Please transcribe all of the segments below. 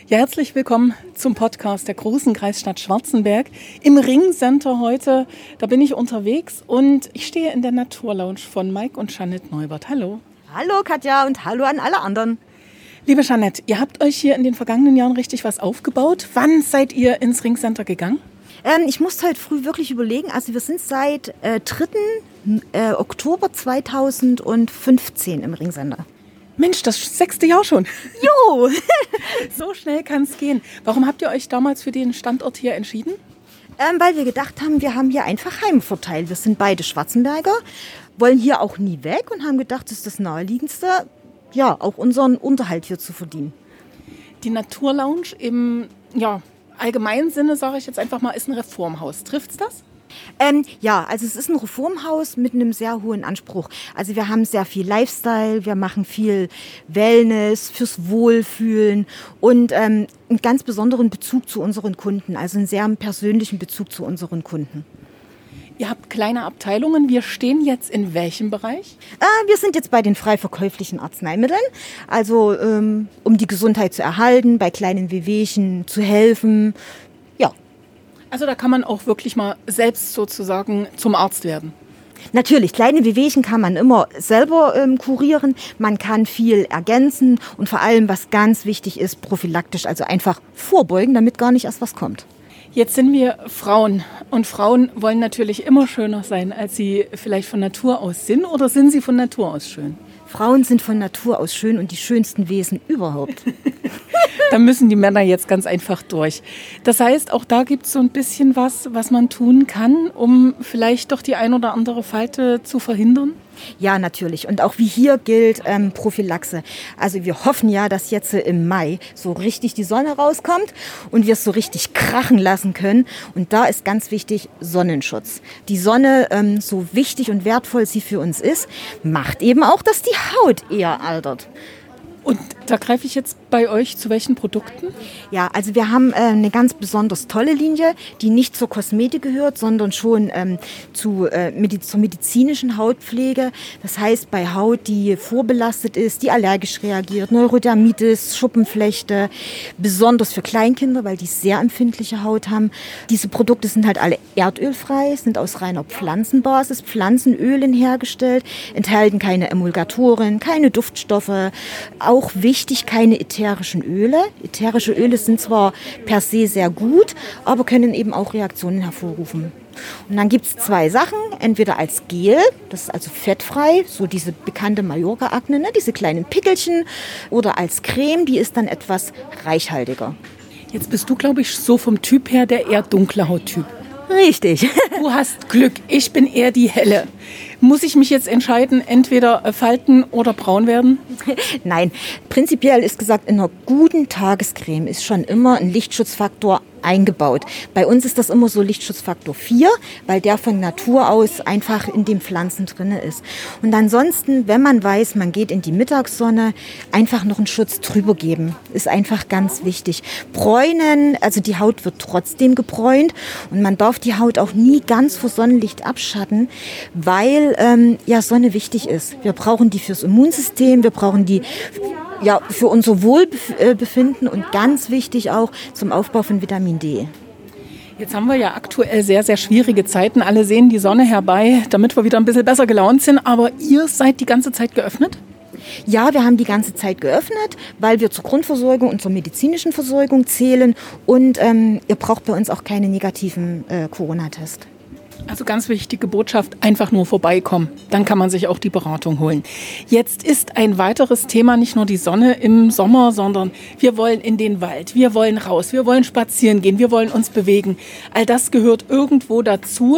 Ja, herzlich willkommen zum Podcast der großen Kreisstadt Schwarzenberg. Im Ringcenter heute, da bin ich unterwegs und ich stehe in der Naturlounge von Mike und Jeanette Neubert. Hallo. Hallo Katja und hallo an alle anderen. Liebe Jeanette, ihr habt euch hier in den vergangenen Jahren richtig was aufgebaut. Wann seid ihr ins Ringcenter gegangen? Ich musste heute früh wirklich überlegen. Also wir sind seit 3. Oktober 2015 im Ringcenter. Mensch, das 6. Jahr schon. Jo! So schnell kann es gehen. Warum habt ihr euch damals für den Standort hier entschieden? Weil wir gedacht haben, wir haben hier einfach Heimvorteil. Wir sind beide Schwarzenberger, wollen hier auch nie weg und haben gedacht, das ist das Naheliegendste, ja, auch unseren Unterhalt hier zu verdienen. Die Naturlounge im allgemeinen Sinne, sage ich jetzt einfach mal, ist ein Reformhaus. Trifft's das? Ja, also es ist ein Reformhaus mit einem sehr hohen Anspruch. Also wir haben sehr viel Lifestyle, wir machen viel Wellness fürs Wohlfühlen und einen ganz besonderen Bezug zu unseren Kunden, also einen sehr persönlichen Bezug zu unseren Kunden. Ihr habt kleine Abteilungen. Wir stehen jetzt in welchem Bereich? Wir sind jetzt bei den frei verkäuflichen Arzneimitteln, also um die Gesundheit zu erhalten, bei kleinen Wehwehchen zu helfen. Ja. Also da kann man auch wirklich mal selbst sozusagen zum Arzt werden. Natürlich, kleine Wehwehchen kann man immer selber kurieren. Man kann viel ergänzen und vor allem, was ganz wichtig ist, prophylaktisch, also einfach vorbeugen, damit gar nicht erst was kommt. Jetzt sind wir Frauen und Frauen wollen natürlich immer schöner sein, als sie vielleicht von Natur aus sind, oder sind sie von Natur aus schön? Frauen sind von Natur aus schön und die schönsten Wesen überhaupt. Da müssen die Männer jetzt ganz einfach durch. Das heißt, auch da gibt es so ein bisschen was man tun kann, um vielleicht doch die ein oder andere Falte zu verhindern? Ja, natürlich. Und auch wie hier gilt Prophylaxe. Also wir hoffen ja, dass jetzt im Mai so richtig die Sonne rauskommt und wir es so richtig krachen lassen können. Und da ist ganz wichtig Sonnenschutz. Die Sonne, so wichtig und wertvoll sie für uns ist, macht eben auch, dass die Haut eher altert. Und da greife ich jetzt bei euch zu welchen Produkten? Ja, also wir haben eine ganz besonders tolle Linie, die nicht zur Kosmetik gehört, sondern schon zur medizinischen Hautpflege. Das heißt, bei Haut, die vorbelastet ist, die allergisch reagiert, Neurodermitis, Schuppenflechte, besonders für Kleinkinder, weil die sehr empfindliche Haut haben. Diese Produkte sind halt alle erdölfrei, sind aus reiner Pflanzenbasis, Pflanzenölen hergestellt, enthalten keine Emulgatoren, keine Duftstoffe. Auch wichtig, keine ätherischen Öle. Ätherische Öle sind zwar per se sehr gut, aber können eben auch Reaktionen hervorrufen. Und dann gibt es 2 Sachen, entweder als Gel, das ist also fettfrei, so diese bekannte Mallorca-Akne, ne, diese kleinen Pickelchen, oder als Creme, die ist dann etwas reichhaltiger. Jetzt bist du, glaube ich, so vom Typ her der eher dunkle Hauttyp. Richtig. Du hast Glück, ich bin eher die helle. Muss ich mich jetzt entscheiden, entweder falten oder braun werden? Nein, prinzipiell ist gesagt, in einer guten Tagescreme ist schon immer ein Lichtschutzfaktor eingebaut. Bei uns ist das immer so Lichtschutzfaktor 4, weil der von Natur aus einfach in den Pflanzen drin ist. Und ansonsten, wenn man weiß, man geht in die Mittagssonne, einfach noch einen Schutz drüber geben, ist einfach ganz wichtig. Bräunen, also die Haut wird trotzdem gebräunt und man darf die Haut auch nie ganz vor Sonnenlicht abschatten, weil Sonne wichtig ist. Wir brauchen die fürs Immunsystem, wir brauchen die für unser Wohlbefinden und ganz wichtig auch zum Aufbau von Vitamin D. Jetzt haben wir ja aktuell sehr, sehr schwierige Zeiten. Alle sehen die Sonne herbei, damit wir wieder ein bisschen besser gelaunt sind. Aber ihr seid die ganze Zeit geöffnet? Ja, wir haben die ganze Zeit geöffnet, weil wir zur Grundversorgung und zur medizinischen Versorgung zählen. Und ihr braucht bei uns auch keine negativen Corona-Tests. Also ganz wichtige Botschaft, einfach nur vorbeikommen. Dann kann man sich auch die Beratung holen. Jetzt ist ein weiteres Thema nicht nur die Sonne im Sommer, sondern wir wollen in den Wald, wir wollen raus, wir wollen spazieren gehen, wir wollen uns bewegen. All das gehört irgendwo dazu.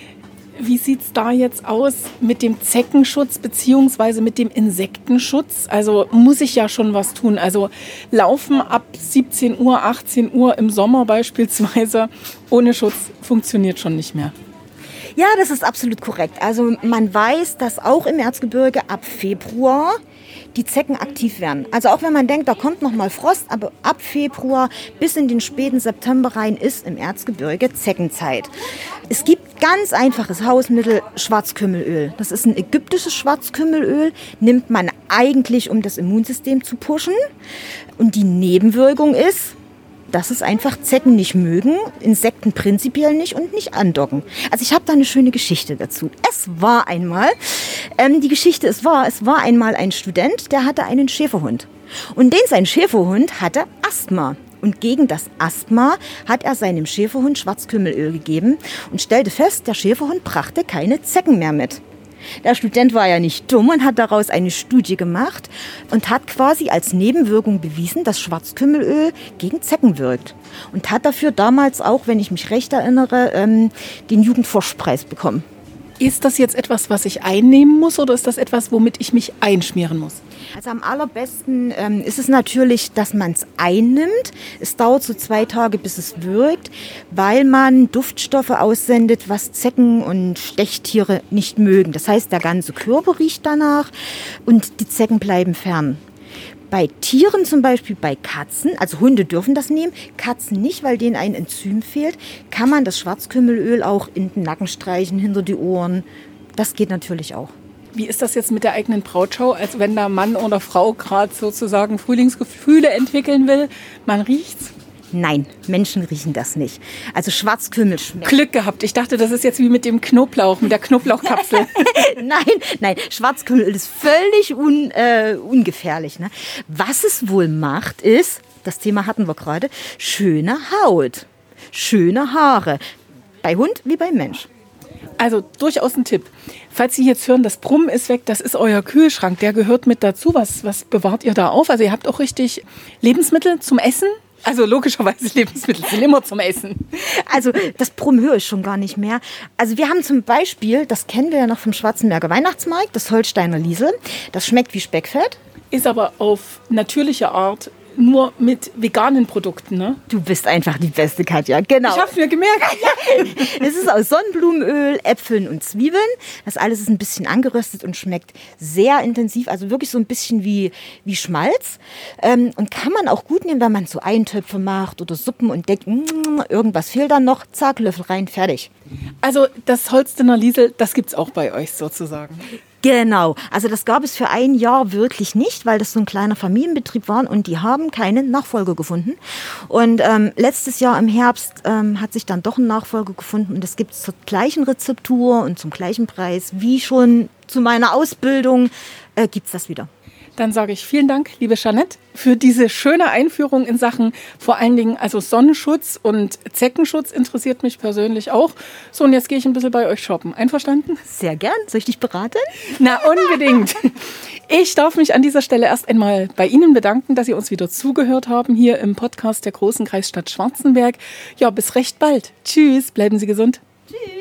Wie sieht es da jetzt aus mit dem Zeckenschutz bzw. mit dem Insektenschutz? Also muss ich ja schon was tun. Also Laufen ab 17 Uhr, 18 Uhr im Sommer beispielsweise ohne Schutz funktioniert schon nicht mehr. Ja, das ist absolut korrekt. Also man weiß, dass auch im Erzgebirge ab Februar die Zecken aktiv werden. Also auch wenn man denkt, da kommt noch mal Frost, aber ab Februar bis in den späten September rein ist im Erzgebirge Zeckenzeit. Es gibt ganz einfaches Hausmittel, Schwarzkümmelöl. Das ist ein ägyptisches Schwarzkümmelöl, nimmt man eigentlich, um das Immunsystem zu pushen. Und die Nebenwirkung ist, dass es einfach Zecken nicht mögen, Insekten prinzipiell nicht und nicht andocken. Also ich habe da eine schöne Geschichte dazu. Es war einmal einmal ein Student, der hatte einen Schäferhund. Und sein Schäferhund hatte Asthma. Und gegen das Asthma hat er seinem Schäferhund Schwarzkümmelöl gegeben und stellte fest, der Schäferhund brachte keine Zecken mehr mit. Der Student war ja nicht dumm und hat daraus eine Studie gemacht und hat quasi als Nebenwirkung bewiesen, dass Schwarzkümmelöl gegen Zecken wirkt. Und hat dafür damals auch, wenn ich mich recht erinnere, den Jugendforschpreis bekommen. Ist das jetzt etwas, was ich einnehmen muss oder ist das etwas, womit ich mich einschmieren muss? Also am allerbesten ist es natürlich, dass man es einnimmt. Es dauert so 2 Tage, bis es wirkt, weil man Duftstoffe aussendet, was Zecken und Stechtiere nicht mögen. Das heißt, der ganze Körper riecht danach und die Zecken bleiben fern. Bei Tieren, zum Beispiel bei Katzen, also Hunde dürfen das nehmen, Katzen nicht, weil denen ein Enzym fehlt, kann man das Schwarzkümmelöl auch in den Nacken streichen, hinter die Ohren. Das geht natürlich auch. Wie ist das jetzt mit der eigenen Brautschau, als wenn da Mann oder Frau gerade sozusagen Frühlingsgefühle entwickeln will? Man riecht's? Nein, Menschen riechen das nicht. Also Schwarzkümmel schmeckt. Glück gehabt. Ich dachte, das ist jetzt wie mit dem Knoblauch, mit der Knoblauchkapsel. Nein, Schwarzkümmel ist völlig ungefährlich. Ne? Was es wohl macht, ist, das Thema hatten wir gerade, schöne Haut, schöne Haare. Bei Hund wie bei Mensch. Also durchaus ein Tipp. Falls Sie jetzt hören, das Brummen ist weg, das ist euer Kühlschrank, der gehört mit dazu. Was bewahrt ihr da auf? Also ihr habt auch richtig Lebensmittel zum Essen? Also logischerweise Lebensmittel sind immer zum Essen. Also das Brummen höre ich schon gar nicht mehr. Also wir haben zum Beispiel, das kennen wir ja noch vom Schwarzenberger Weihnachtsmarkt, das Holsteiner Liesel. Das schmeckt wie Speckfett. Ist aber auf natürliche Art nur mit veganen Produkten, ne? Du bist einfach die Beste, Katja, genau. Ich hab's mir gemerkt. Es ist aus Sonnenblumenöl, Äpfeln und Zwiebeln. Das alles ist ein bisschen angeröstet und schmeckt sehr intensiv, also wirklich so ein bisschen wie Schmalz. Und kann man auch gut nehmen, wenn man so Eintöpfe macht oder Suppen und denkt, irgendwas fehlt dann noch, zack, Löffel rein, fertig. Also das Holsteiner Liesel, das gibt's auch bei euch sozusagen. Genau, also das gab es für ein Jahr wirklich nicht, weil das so ein kleiner Familienbetrieb war und die haben keinen Nachfolger gefunden. Und letztes Jahr im Herbst hat sich dann doch ein Nachfolger gefunden und das gibt es zur gleichen Rezeptur und zum gleichen Preis wie schon zu meiner Ausbildung gibt es das wieder. Dann sage ich vielen Dank, liebe Jeanette, für diese schöne Einführung in Sachen vor allen Dingen also Sonnenschutz und Zeckenschutz interessiert mich persönlich auch. So, und jetzt gehe ich ein bisschen bei euch shoppen. Einverstanden? Sehr gern. Soll ich dich beraten? Na, unbedingt. Ich darf mich an dieser Stelle erst einmal bei Ihnen bedanken, dass Sie uns wieder zugehört haben hier im Podcast der Großen Kreisstadt Schwarzenberg. Ja, bis recht bald. Tschüss, bleiben Sie gesund. Tschüss.